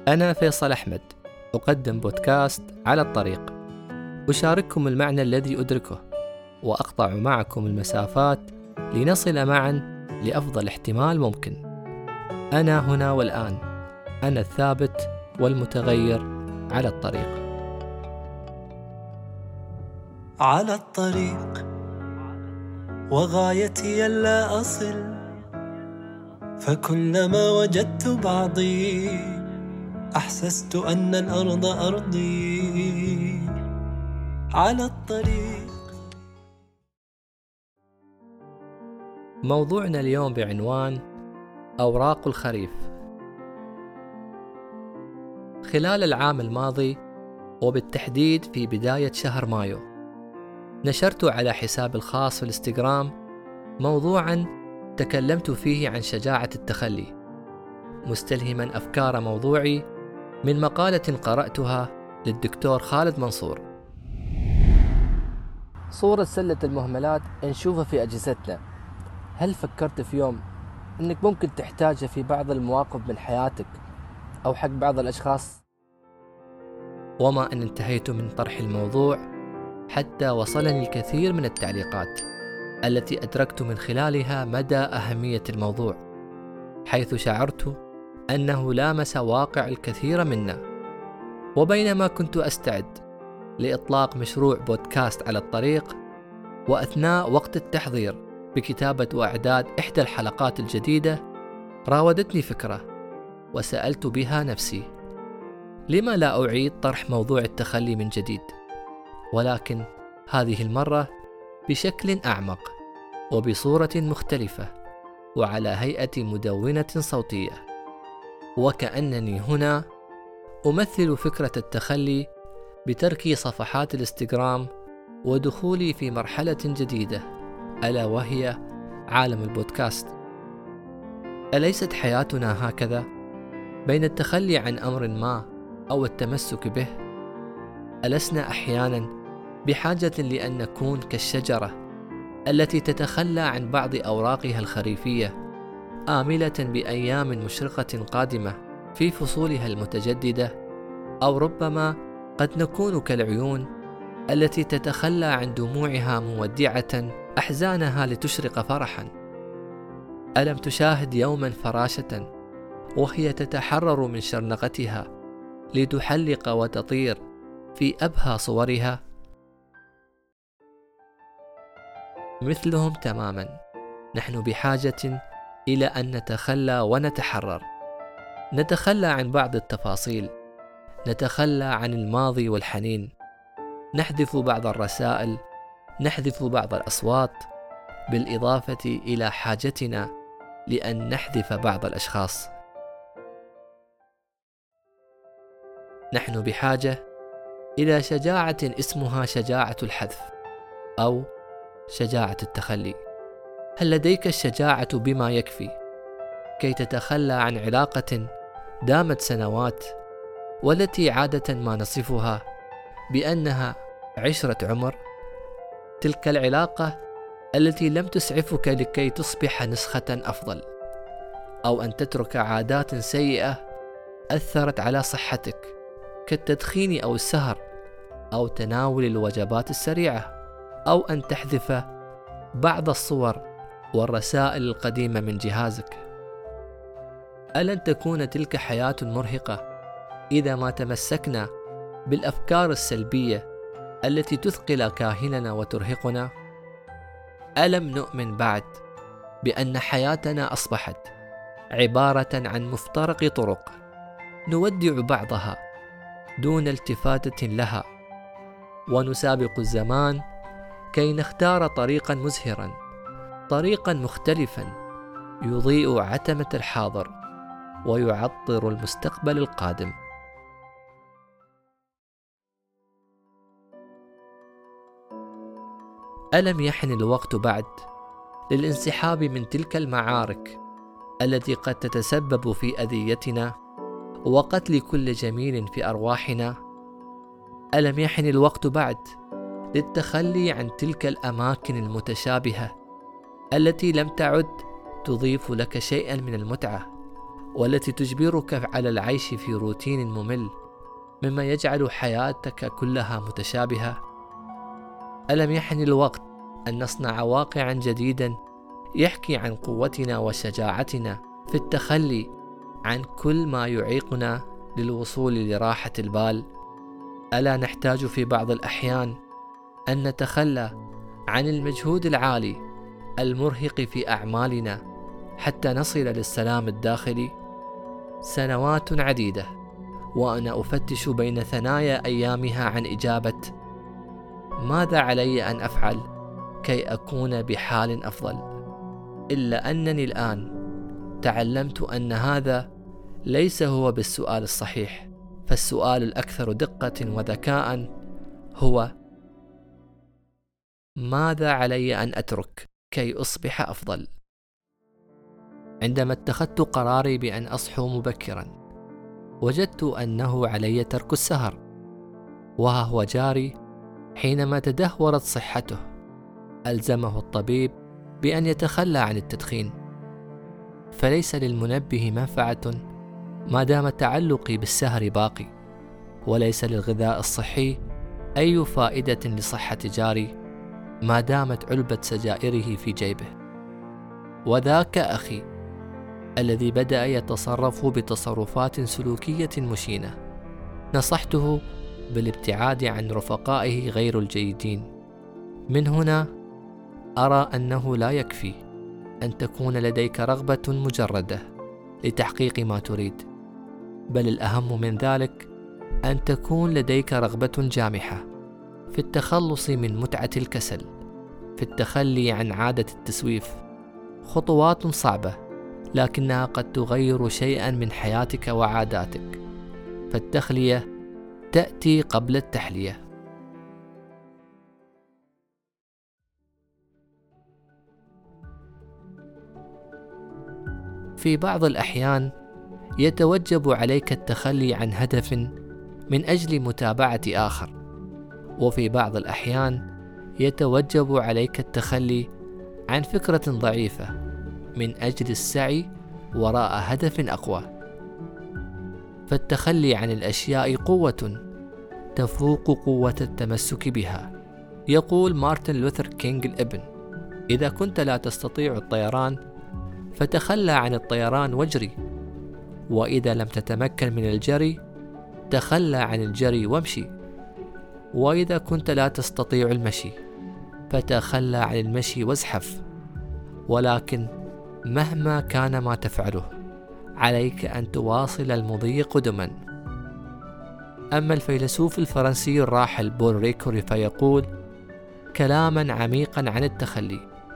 أنا فيصل أحمد، أقدم بودكاست على الطريق، أشارككم المعنى الذي أدركه وأقطع معكم المسافات لنصل معا لأفضل احتمال ممكن. أنا هنا والآن، أنا الثابت والمتغير على الطريق. على الطريق وغايتي ألا أصل، فكلما وجدت بعضي أحسست أن الأرض أرضي. على الطريق. موضوعنا اليوم بعنوان أوراق الخريف. خلال العام الماضي وبالتحديد في بداية شهر مايو، نشرت على حسابي الخاص في الانستغرام موضوعا تكلمت فيه عن شجاعة التخلي، مستلهما أفكار موضوعي من مقالة قرأتها للدكتور خالد منصور. صورة سلة المهملات نشوفها في أجهزتنا. هل فكرت في يوم أنك ممكن تحتاجها في بعض المواقف من حياتك أو حق بعض الأشخاص؟ وما أن انتهيت من طرح الموضوع حتى وصلني الكثير من التعليقات التي أدركت من خلالها مدى أهمية الموضوع، حيث شعرت أنه لامس واقع الكثير منا. وبينما كنت أستعد لإطلاق مشروع بودكاست على الطريق، وأثناء وقت التحضير بكتابة وإعداد إحدى الحلقات الجديدة، راودتني فكرة وسألت بها نفسي: لما لا أعيد طرح موضوع التخلي من جديد، ولكن هذه المرة بشكل أعمق وبصورة مختلفة وعلى هيئة مدونة صوتية، وكأنني هنا أمثل فكرة التخلي بترك صفحات الانستغرام ودخولي في مرحلة جديدة، ألا وهي عالم البودكاست. أليست حياتنا هكذا، بين التخلي عن أمر ما أو التمسك به؟ ألسنا أحيانا بحاجة لأن نكون كالشجرة التي تتخلى عن بعض أوراقها الخريفية، آملة بأيام مشرقة قادمة في فصولها المتجددة؟ أو ربما قد نكون كالعيون التي تتخلى عن دموعها مودعة أحزانها لتشرق فرحا. ألم تشاهد يوما فراشة وهي تتحرر من شرنقتها لتحلق وتطير في أبهى صورها؟ مثلهم تماما، نحن بحاجة إلى أن نتخلى ونتحرر، نتخلى عن بعض التفاصيل، نتخلى عن الماضي والحنين، نحذف بعض الرسائل، نحذف بعض الأصوات، بالإضافة إلى حاجتنا لأن نحذف بعض الأشخاص. نحن بحاجة إلى شجاعة اسمها شجاعة الحذف أو شجاعة التخلي. هل لديك الشجاعة بما يكفي كي تتخلى عن علاقة دامت سنوات، والتي عادة ما نصفها بأنها عشرة عمر؟ تلك العلاقة التي لم تسعفك لكي تصبح نسخة أفضل، أو أن تترك عادات سيئة أثرت على صحتك كالتدخين أو السهر أو تناول الوجبات السريعة، أو أن تحذف بعض الصور والرسائل القديمة من جهازك. ألن تكون تلك حياة مرهقة إذا ما تمسكنا بالأفكار السلبية التي تثقل كاهلنا وترهقنا؟ ألم نؤمن بعد بأن حياتنا أصبحت عبارة عن مفترق طرق نودع بعضها دون التفاتة لها، ونسابق الزمان كي نختار طريقا مزهرا، طريقا مختلفا يضيء عتمة الحاضر ويعطر المستقبل القادم؟ ألم يحن الوقت بعد للانسحاب من تلك المعارك التي قد تتسبب في أذيتنا وقتل كل جميل في أرواحنا؟ ألم يحن الوقت بعد للتخلي عن تلك الأماكن المتشابهة التي لم تعد تضيف لك شيئا من المتعة والتي تجبرك على العيش في روتين ممل مما يجعل حياتك كلها متشابهة؟ ألم يحن الوقت أن نصنع واقعا جديدا يحكي عن قوتنا وشجاعتنا في التخلي عن كل ما يعيقنا للوصول لراحة البال؟ ألا نحتاج في بعض الأحيان أن نتخلى عن المجهود العالي المرهق في أعمالنا حتى نصل للسلام الداخلي؟ سنوات عديدة وأنا أفتش بين ثنايا أيامها عن إجابة ماذا علي أن أفعل كي أكون بحال أفضل، إلا أنني الآن تعلمت أن هذا ليس هو بالسؤال الصحيح، فالسؤال الأكثر دقة وذكاء هو ماذا علي أن أترك كي أصبح أفضل؟ عندما اتخذت قراري بأن أصحو مبكرا وجدت أنه علي ترك السهر، وها هو جاري حينما تدهورت صحته ألزمه الطبيب بأن يتخلى عن التدخين، فليس للمنبه منفعة ما دام تعلقي بالسهر باقي، وليس للغذاء الصحي أي فائدة لصحة جاري ما دامت علبة سجائره في جيبه. وذاك أخي الذي بدأ يتصرف بتصرفات سلوكية مشينة، نصحته بالابتعاد عن رفقائه غير الجيدين. من هنا أرى أنه لا يكفي أن تكون لديك رغبة مجردة لتحقيق ما تريد، بل الأهم من ذلك أن تكون لديك رغبة جامحة في التخلص من متعة الكسل، في التخلي عن عادة التسويف. خطوات صعبة لكنها قد تغير شيئا من حياتك وعاداتك، فالتخلية تأتي قبل التحلية. في بعض الأحيان يتوجب عليك التخلي عن هدف من أجل متابعة آخر، وفي بعض الأحيان يتوجب عليك التخلي عن فكرة ضعيفة من أجل السعي وراء هدف أقوى. فالتخلي عن الأشياء قوة تفوق قوة التمسك بها. يقول مارتن لوثر كينغ الابن: إذا كنت لا تستطيع الطيران فتخلى عن الطيران واجري، وإذا لم تتمكن من الجري تخلى عن الجري وامشي، وإذا كنت لا تستطيع المشي فتخلى عن المشي وازحف. ولكن مهما كان ما تفعله عليك أن تواصل المضي قدما. أما الفيلسوف الفرنسي الراحل بول ريكوري فيقول كلاما عميقا عن التخلي: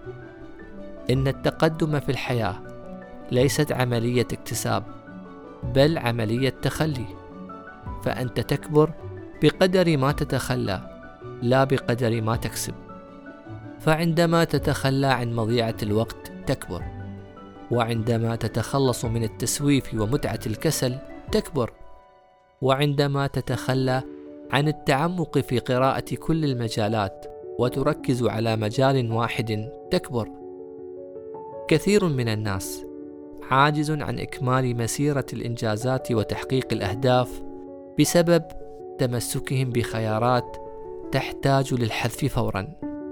إن التقدم في الحياة ليست عملية اكتساب بل عملية تخلي، فأنت تكبر بقدر ما تتخلى لا بقدر ما تكسب. فعندما تتخلى عن مضيعة الوقت تكبر، وعندما تتخلص من التسويف ومتعة الكسل تكبر، وعندما تتخلى عن التعمق في قراءة كل المجالات وتركز على مجال واحد تكبر. كثير من الناس عاجز عن إكمال مسيرة الإنجازات وتحقيق الأهداف بسبب تمسكهم بخيارات تحتاج للحذف فورا.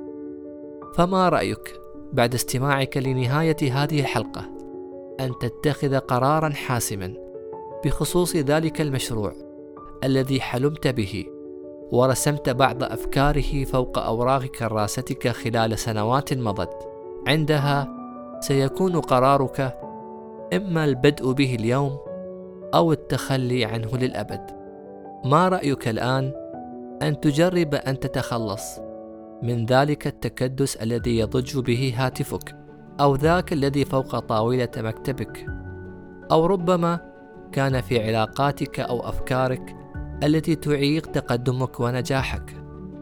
فما رأيك بعد استماعك لنهاية هذه الحلقة أن تتخذ قرارا حاسما بخصوص ذلك المشروع الذي حلمت به ورسمت بعض أفكاره فوق أوراق كراستك خلال سنوات مضت؟ عندها سيكون قرارك إما البدء به اليوم أو التخلي عنه للأبد. ما رأيك الآن أن تجرب أن تتخلص من ذلك التكدس الذي يضج به هاتفك، أو ذاك الذي فوق طاولة مكتبك، أو ربما كان في علاقاتك أو أفكارك التي تعيق تقدمك ونجاحك؟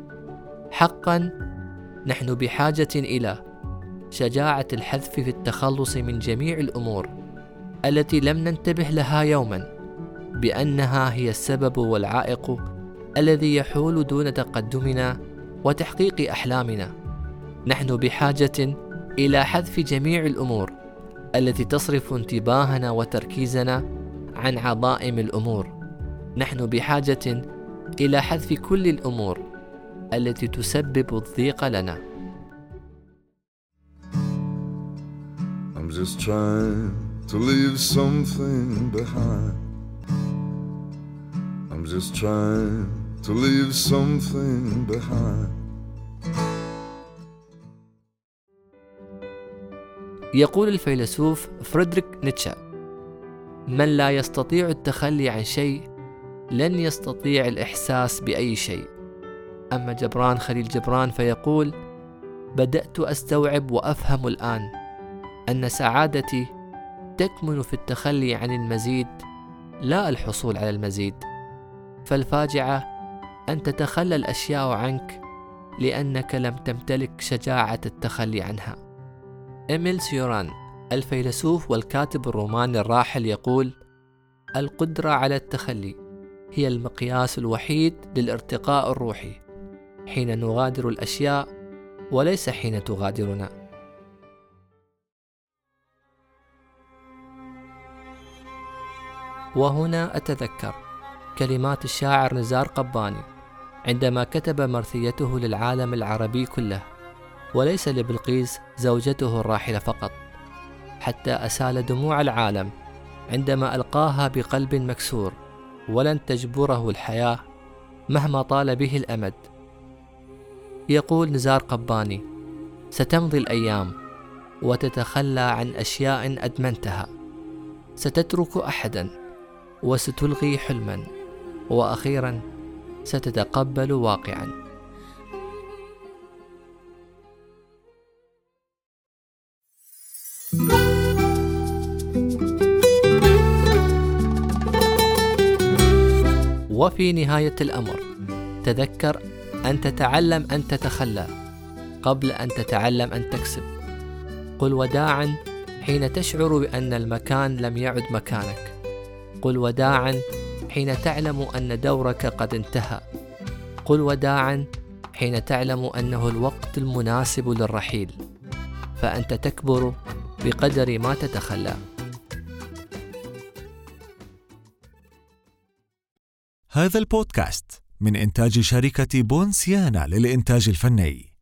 حقا نحن بحاجة إلى شجاعة الحذف في التخلص من جميع الأمور التي لم ننتبه لها يوما بأنها هي السبب والعائق الذي يحول دون تقدمنا وتحقيق أحلامنا. نحن بحاجة إلى حذف جميع الأمور التي تصرف انتباهنا وتركيزنا عن عظائم الأمور. نحن بحاجة إلى حذف كل الأمور التي تسبب الضيق لنا. I'm just trying to leave something behind. I'm just trying to leave something behind. يقول الفيلسوف فريدريك نيتشه: من لا يستطيع التخلي عن شيء لن يستطيع الإحساس بأي شيء. أما جبران خليل جبران فيقول: بدأت أستوعب وأفهم الآن أن سعادتي تكمن في التخلي عن المزيد لا الحصول على المزيد. فالفاجعة أن تتخلى الأشياء عنك لأنك لم تمتلك شجاعة التخلي عنها. إيميل سيوران الفيلسوف والكاتب الروماني الراحل يقول: القدرة على التخلي هي المقياس الوحيد للارتقاء الروحي، حين نغادر الأشياء وليس حين تغادرنا. وهنا أتذكر كلمات الشاعر نزار قباني عندما كتب مرثيته للعالم العربي كله، وليس لبلقيس زوجته الراحلة فقط، حتى أسال دموع العالم عندما ألقاها بقلب مكسور، ولن تجبره الحياة مهما طال به الأمد. يقول نزار قباني: ستمضي الأيام وتتخلى عن أشياء أدمنتها، ستترك أحدا وستلغي حلما، وأخيرا ستتقبل واقعا. وفي نهاية الأمر تذكر أن تتعلم أن تتخلى قبل أن تتعلم أن تكسب. قل وداعا حين تشعر بأن المكان لم يعد مكانك. قل وداعا حين تعلم أن دورك قد انتهى. قل وداعا حين تعلم أنه الوقت المناسب للرحيل، فأنت تكبر بقدر ما تتخلى. هذا البودكاست من إنتاج شركة بونسيانا للإنتاج الفني.